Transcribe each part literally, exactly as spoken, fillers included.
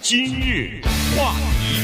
今日话题，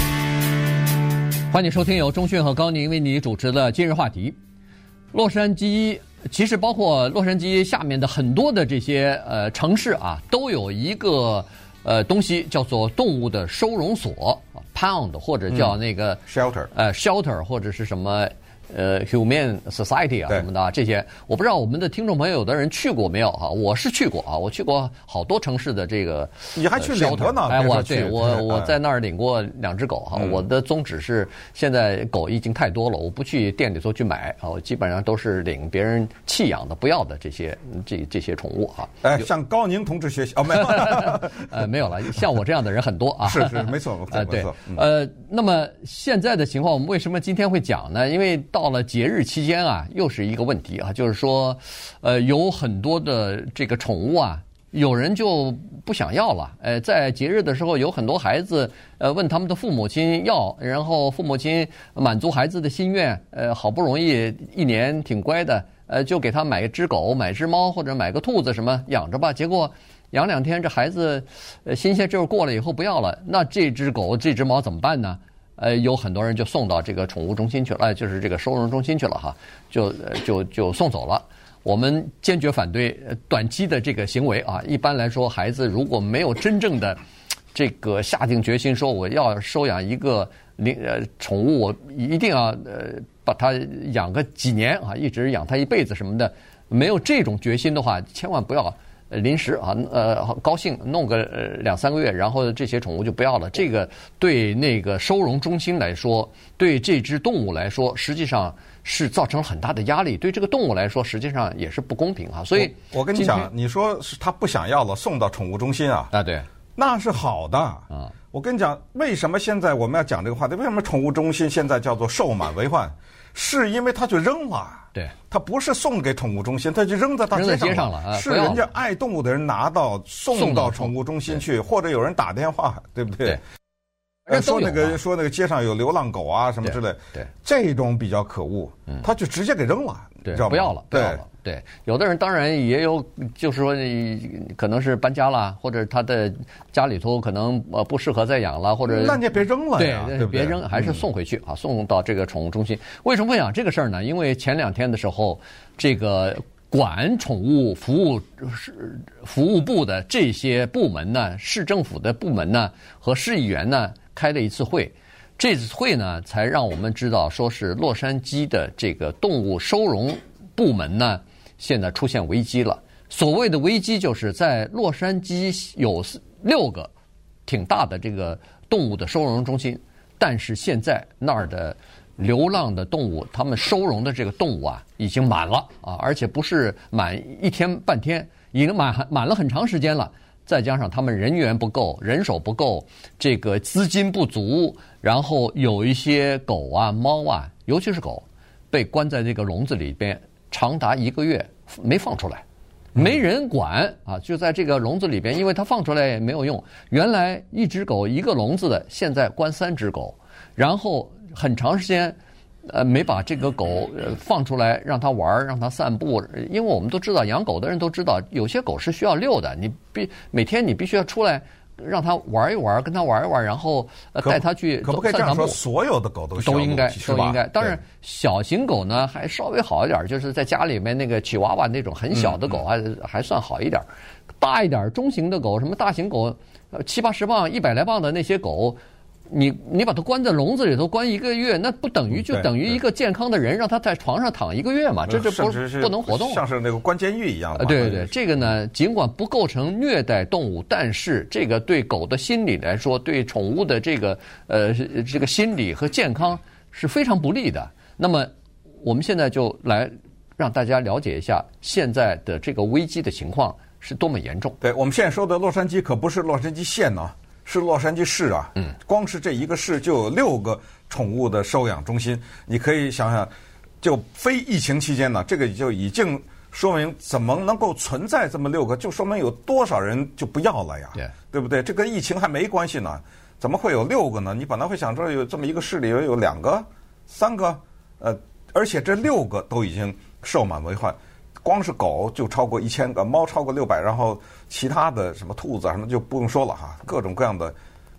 欢迎收听由钟讯和高宁为你主持的今日话题。洛杉矶其实包括洛杉矶下面的很多的这些呃城市啊，都有一个呃东西叫做动物的收容所 ，pound 或者叫那个、 嗯、shelter， 呃 shelter 或者是什么。呃 ，Humane Society 啊什么的、啊、这些，我不知道我们的听众朋友有的人去过没有哈、啊？我是去过啊，我去过好多城市的这个。 你还去领过呢？ 哎，我对我我在那儿领过两只狗哈、啊嗯。我的宗旨是，现在狗已经太多了，我不去店里头去买啊，我基本上都是领别人弃养的、不要的这些这这些宠物啊。 哎，向高宁同志学习哦，没有， 呃，没有了，像我这样的人很多啊。 是是，没错，没错， 呃，对， 嗯、 呃，那么现在的情况，我们为什么今天会讲呢？因为到了节日期间啊，又是一个问题啊，就是说，呃，有很多的这个宠物啊，有人就不想要了。呃，在节日的时候，有很多孩子呃问他们的父母亲要，然后父母亲满足孩子的心愿，呃，好不容易一年挺乖的，呃，就给他买一只狗、买只猫或者买个兔子什么养着吧。结果养两天，这孩子呃新鲜劲儿过了以后不要了，那这只狗、这只猫怎么办呢？呃，有很多人就送到这个宠物中心去了，呃，就是这个收容中心去了哈，就就就送走了。我们坚决反对短期的这个行为啊。一般来说，孩子如果没有真正的这个下定决心说我要收养一个呃宠物，我一定要呃把它养个几年啊，一直养它一辈子什么的，没有这种决心的话，千万不要。临时啊，呃，高兴弄个呃两三个月，然后这些宠物就不要了。这个对那个收容中心来说，对这只动物来说，实际上是造成很大的压力。对这个动物来说，实际上也是不公平啊。所以我，我跟你讲，你说是他不想要了，送到宠物中心啊？ 啊，对， 那是好的啊。我跟你讲，为什么现在我们要讲这个话题？为什么宠物中心现在叫做售满为患？是因为他就扔了， 对， 他不是送给宠物中心，他就扔在大街上了， 扔在街上了啊， 是人家爱动物的人拿到送到宠物中心去，或者有人打电话，对不对？ 对， 说那个说那个街上有流浪狗啊什么之类， 对， 这种比较可恶，他就直接给扔了， 对， 知道吗？ 不要了，不要了。对，有的人当然也有，就是说可能是搬家了，或者他的家里头可能呃不适合再养了，或者那你也别扔了呀， 对， 对不对？ 别扔，还是送回去、嗯、啊，送到这个宠物中心。为什么会讲这个事儿呢？因为前两天的时候，这个管宠物服务服务部的这些部门呢，市政府的部门呢和市议员呢开了一次会。这次会呢，才让我们知道，说是洛杉矶的这个动物收容部门呢，现在出现危机了。所谓的危机，就是在洛杉矶有六个挺大的这个动物的收容中心，但是现在那儿的流浪的动物，他们收容的这个动物啊，已经满了啊，而且不是满一天半天，已经满满了很长时间了。再加上他们人员不够，人手不够，这个资金不足，然后有一些狗啊、猫啊，尤其是狗，被关在这个笼子里边长达一个月没放出来，没人管啊，就在这个笼子里边，因为它放出来也没有用。原来一只狗一个笼子的，现在关三只狗，然后很长时间。呃，没把这个狗呃放出来让它玩，让它散步，因为我们都知道，养狗的人都知道，有些狗是需要遛的，你必每天你必须要出来让它玩一玩，跟它玩一玩，然后呃带它去可不可以这样说？所有的狗都都应该都应该。当然，小型狗呢还稍微好一点，就是在家里面那个吉娃娃那种很小的狗还、嗯、还算好一点，大一点中型的狗，什么大型狗，呃七八十磅、一百来磅的那些狗。你你把它关在笼子里头关一个月，那不等于就等于一个健康的人让他在床上躺一个月嘛？这这不不能活动， 像是那个关监狱一样的。 对对对，这个呢，尽管不构成虐待动物，但是这个对狗的心理来说，对宠物的这个呃这个心理和健康是非常不利的。那么我们现在就来让大家了解一下现在的这个危机的情况是多么严重。 对，我们现在说的洛杉矶可不是洛杉矶县呢、啊。是洛杉矶市啊，嗯，光是这一个市就有六个宠物的收养中心，你可以想想，就非疫情期间呢，这个就已经说明怎么能够存在这么六个，就说明有多少人就不要了呀， yeah. 对不对？这跟疫情还没关系呢，怎么会有六个呢？你本来会想说有这么一个市里有有两个、三个，呃，而且这六个都已经售满为患。光是狗就超过一千个，猫超过六百，然后其他的什么兔子啊什么就不用说了哈，各种各样的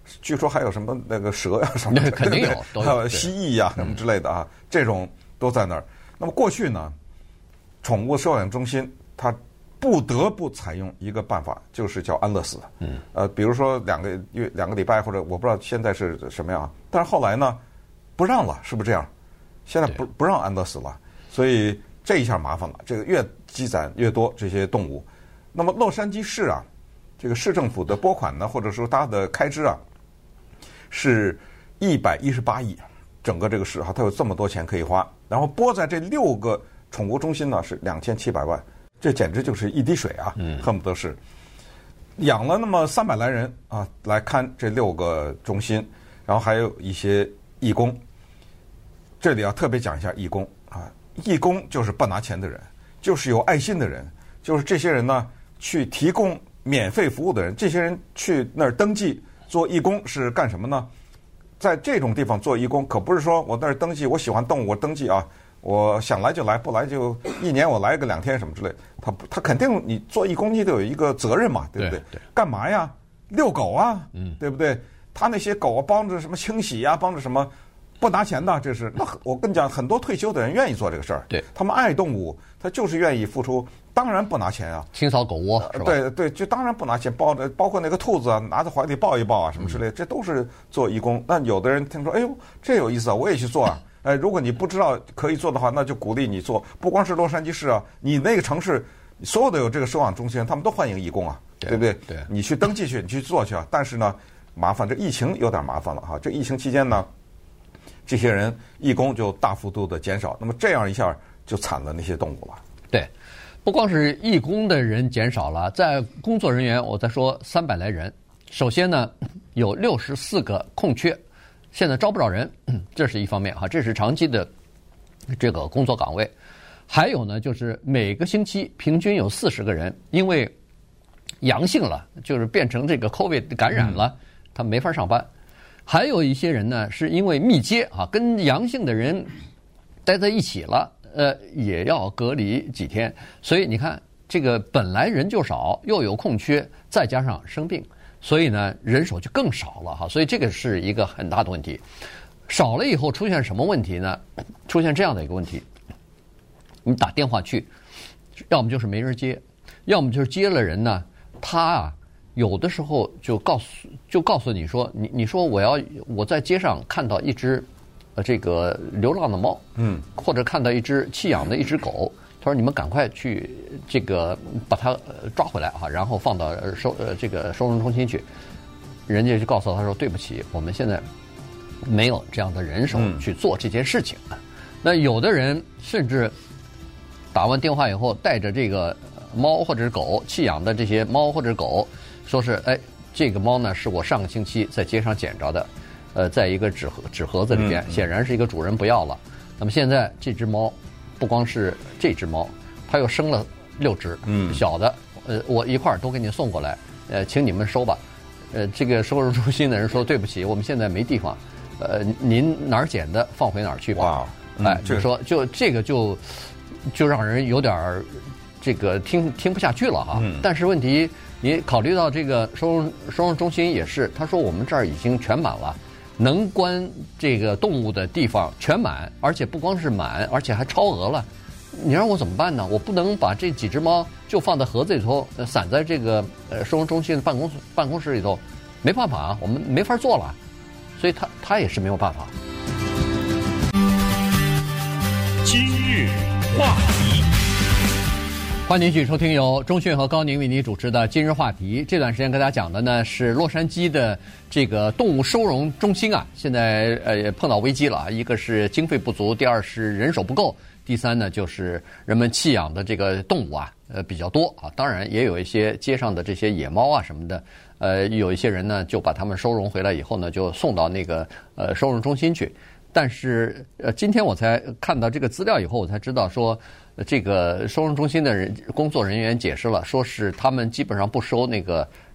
据说还有什么那个蛇呀、啊、什么的， 肯定有，都有， 还有蜥蜴呀、啊、什么之类的啊，这种都在那儿。那么过去呢，宠物收养中心它不得不采用一个办法，就是叫安乐死。嗯，呃，比如说两个月、两个礼拜，或者我不知道现在是什么样，但是后来呢，不让了，是不是这样？现在不不让安乐死了，所以这一下麻烦了，这个越积攒越多这些动物。那么洛杉矶市啊，这个市政府的拨款呢，或者说它的开支啊，是一百一十八亿，整个这个市哈，它有这么多钱可以花，然后拨在这六个宠物中心呢是两千七百万，这简直就是一滴水啊，嗯，恨不得是养了那么三百来人啊来看这六个中心，然后还有一些义工。这里要特别讲一下义工啊，义工就是不拿钱的人，就是有爱心的人，就是这些人呢去提供免费服务的人。这些人去那儿登记做义工是干什么呢？在这种地方做义工，可不是说我那儿登记，我喜欢动物我登记啊，我想来就来，不来就一年我来个两天什么之类。他他肯定你做义工你得有一个责任嘛，对不对？ 对对， 干嘛呀？遛狗啊，嗯，对不对？他那些狗啊，帮着什么清洗啊，帮着什么。不拿钱的，这是那我跟你讲，很多退休的人愿意做这个事儿， 对， 他们爱动物，他就是愿意付出，当然不拿钱啊。 清扫狗窝是吧？ 对对，就当然不拿钱，包着包括那个兔子啊，拿在怀里抱一抱啊，什么之类的，这都是做义工。那有的人听说，哎呦，这有意思啊，我也去做啊。哎，如果你不知道可以做的话，那就鼓励你做。不光是洛杉矶市啊，你那个城市所有的有这个收养中心，他们都欢迎义工啊，对不对？ 对， 你去登记去，你去做去啊。但是呢，麻烦，这疫情有点麻烦了哈。这疫情期间呢，这些人义工就大幅度的减少，那么这样一下就惨了那些动物了。 对，不光是义工的人减少了，在工作人员，我再说三百来人。首先呢，有六十四个空缺，现在招不着人，这是一方面哈，这是长期的这个工作岗位。还有呢，就是每个星期平均有四十个人因为阳性了，就是变成这个 COVID 感染了，他没法上班。还有一些人呢，是因为密接啊，跟阳性的人待在一起了，呃，也要隔离几天。所以你看，这个本来人就少，又有空缺，再加上生病，所以呢，人手就更少了哈。所以这个是一个很大的问题。少了以后出现什么问题呢？出现这样的一个问题：你打电话去，要么就是没人接，要么就是接了人呢，他啊。有的时候就告诉就告诉你说，你你说我要我在街上看到一只呃这个流浪的猫，嗯，或者看到一只弃养的一只狗，他说你们赶快去这个把它抓回来啊，然后放到收呃这个收容中心去。人家就告诉他说，对不起，我们现在没有这样的人手去做这件事情。嗯、那有的人甚至打完电话以后，带着这个猫或者是狗弃养的这些猫或者是狗。说是哎，这个猫呢是我上个星期在街上捡着的，呃，在一个纸盒纸盒子里边，显然是一个主人不要了。那么现在这只猫，不光是这只猫，它又生了六只，嗯，小的，呃，我一块儿都给你送过来，呃，请你们收吧。呃，这个收容中心的人说对不起，我们现在没地方，呃，您哪儿捡的放回哪儿去吧。哇，嗯、哎，就说就这个就就让人有点儿这个听听不下去了哈。嗯、但是问题。你考虑到这个收容收容中心也是，他说我们这儿已经全满了，能关这个动物的地方全满，而且不光是满，而且还超额了。你让我怎么办呢？我不能把这几只猫就放在盒子里头，呃、散在这个呃收容中心的办公办公室里头，没办法啊，我们没法做了，所以他他也是没有办法。 今日话题。 欢迎继续收听由钟迅和高宁为你主持的今日话题。这段时间跟大家讲的呢是洛杉矶的这个动物收容中心啊，现在呃碰到危机了。一个是经费不足，第二是人手不够，第三呢就是人们弃养的这个动物啊呃比较多啊。当然也有一些街上的这些野猫啊什么的，呃有一些人呢就把它们收容回来以后呢就送到那个呃收容中心去。但是呃今天我才看到这个资料以后，我才知道说。这个收容中心的人工作人员解释了，说是他们基本上不收那个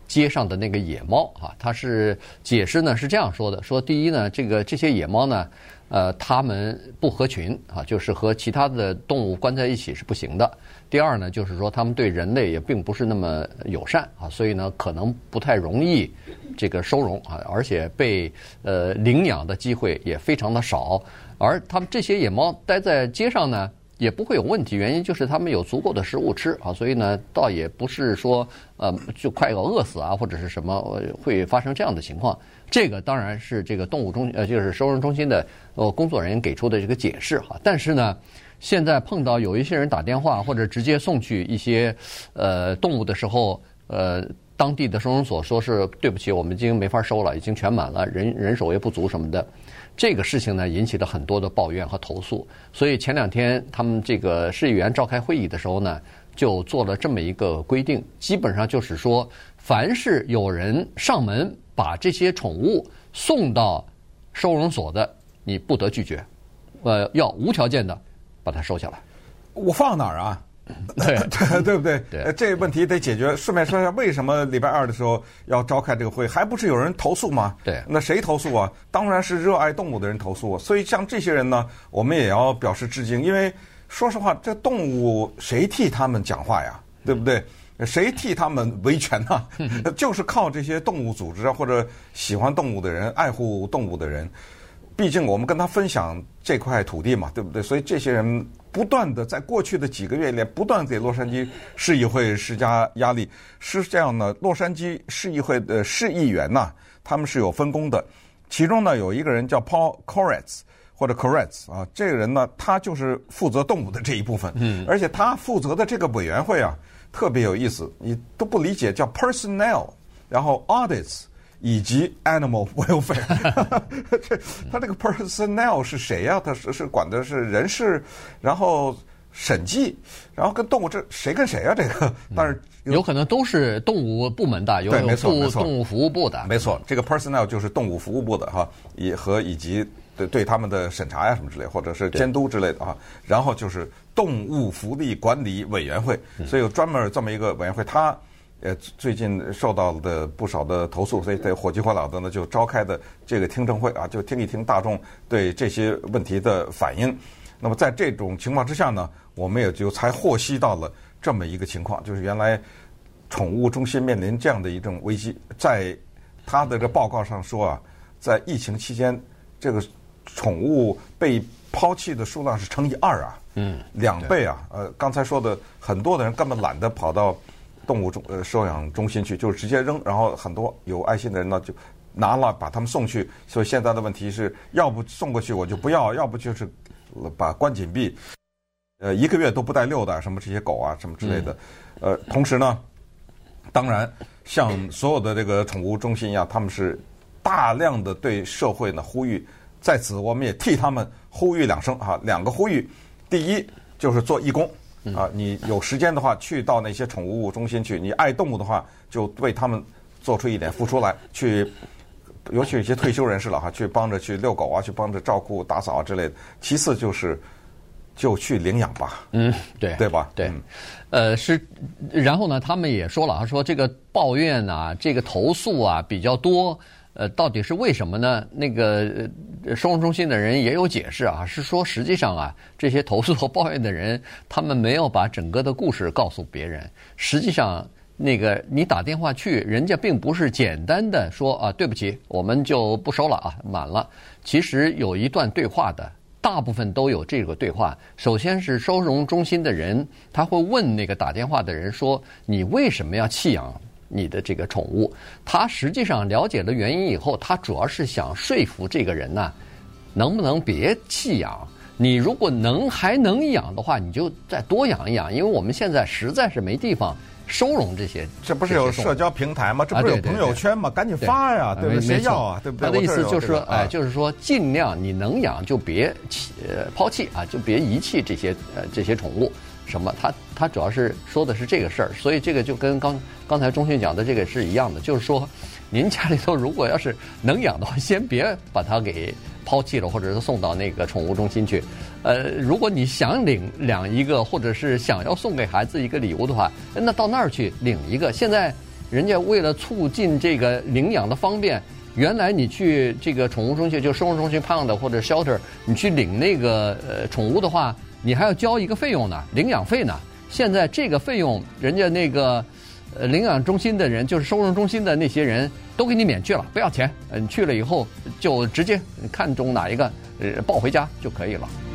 街上的那个野猫啊，它是解释呢是这样说的：说第一呢，这个这些野猫呢，呃，它们不合群啊，就是和其他的动物关在一起是不行的。第二呢，就是说它们对人类也并不是那么友善啊，所以呢，可能不太容易这个收容啊，而且被呃领养的机会也非常的少。而它们这些野猫待在街上呢，也不会有问题，原因就是它们有足够的食物吃啊，所以呢，倒也不是说呃就快要饿死啊，或者是什么会发生这样的情况。这个当然是这个动物中呃就是收容中心的呃工作人员给出的这个解释哈。但是呢，现在碰到有一些人打电话或者直接送去一些呃动物的时候，呃当地的收容所说是对不起，我们已经没法收了，已经全满了，人人手也不足什么的。这个事情呢，引起了很多的抱怨和投诉，所以前两天他们这个市议员召开会议的时候呢，就做了这么一个规定，基本上就是说，凡是有人上门把这些宠物送到收容所的，你不得拒绝，呃，要无条件的把它收下来。 我放哪儿啊？ 对对对不对？ 对呃，这个问题得解决。顺便说一下，为什么礼拜二的时候要召开这个会？还不是有人投诉吗？ 对， 那谁投诉啊？当然是热爱动物的人投诉。所以像这些人呢，我们也要表示致敬，因为说实话，这动物谁替他们讲话呀？对不对？谁替他们维权呢？就是靠这些动物组织啊，或者喜欢动物的人、爱护动物的人。毕竟我们跟他分享这块土地嘛，对不对？所以这些人不断的在过去的几个月里，不断给洛杉矶市议会施加压力。是这样呢，洛杉矶市议会的市议员呢，他们是有分工的。其中呢，有一个人叫 Paul Koretz 或者 Koretz 啊，这个人呢，他就是负责动物的这一部分。嗯，而且他负责的这个委员会啊，特别有意思，你都不理解，叫 Personnel， 然后 Audits。以及 animal welfare， 这他这个 personnel 是谁呀、啊？他是是管的是人事，然后审计，然后跟动物这谁跟谁啊？这个但是有, 有可能都是动物部门的，有对，没错，没错， 动物服务部的， 没错。这个 personnel 就是动物服务部的哈，以和以及对对他们的审查呀什么之类，或者是监督之类的啊。然后就是动物福利管理委员会，所以有专门这么一个委员会，它。呃，最近受到的不少的投诉，所以在火急火燎的呢，就召开的这个听证会啊，就听一听大众对这些问题的反应。那么在这种情况之下呢，我们也就才获悉到了这么一个情况，就是原来宠物中心面临这样的一种危机。在他的这报告上说啊，在疫情期间，这个宠物被抛弃的数量是乘以二啊，嗯，两倍啊。呃，刚才说的很多的人根本懒得跑到动物中呃收养中心去，就是直接扔，然后很多有爱心的人呢就拿了把他们送去。所以现在的问题是，要不送过去我就不要，要不就是把关紧闭，呃一个月都不带遛的，什么这些狗啊什么之类的。呃，同时呢，当然像所有的这个宠物中心一样，他们是大量的对社会呢呼吁，在此我们也替他们呼吁两声哈，两个呼吁。第一就是做义工。啊，你有时间的话，去到那些宠物中心去。你爱动物的话，就为他们做出一点付出来，去，尤其有一些退休人士了哈，去帮着去遛狗啊，去帮着照顾打扫啊之类的。其次就是，就去领养吧， 嗯，对， 对吧？ 对，呃，是，然后呢，他们也说了，他说这个抱怨啊，这个投诉啊比较多。呃，到底是为什么呢？那个收容中心的人也有解释啊，是说实际上啊，这些投诉和抱怨的人，他们没有把整个的故事告诉别人。实际上，那个你打电话去，人家并不是简单的说啊，对不起，我们就不收了啊，满了。其实有一段对话的，大部分都有这个对话。首先是收容中心的人，他会问那个打电话的人说：“你为什么要弃养你的这个宠物？”他实际上了解了原因以后，他主要是想说服这个人呢、啊，能不能别弃养？你如果能还能养的话，你就再多养一养，因为我们现在实在是没地方收容这些。 这不是有社交平台吗？这不是有朋友圈吗？ 啊、 赶紧发呀，对不对？谁要啊？对不对？ 他的意思就是说，哎， 啊、 就是说，尽量你能养就别弃呃抛弃啊，就别遗弃这些呃这些宠物。什么？他他主要是说的是这个事儿，所以这个就跟刚刚才钟迅讲的这个是一样的，就是说，您家里头如果要是能养的话，先别把它给抛弃了，或者是送到那个宠物中心去。呃，如果你想领养一个，或者是想要送给孩子一个礼物的话，那到那儿去领一个。现在人家为了促进这个领养的方便，原来你去这个宠物中心，就收容中心 pound 或者 shelter， 你去领那个呃宠物的话，你还要交一个费用呢，领养费呢。现在这个费用，人家那个呃领养中心的人，就是收容中心的那些人都给你免去了，不要钱。嗯、呃，你去了以后就直接看中哪一个，呃，抱回家就可以了。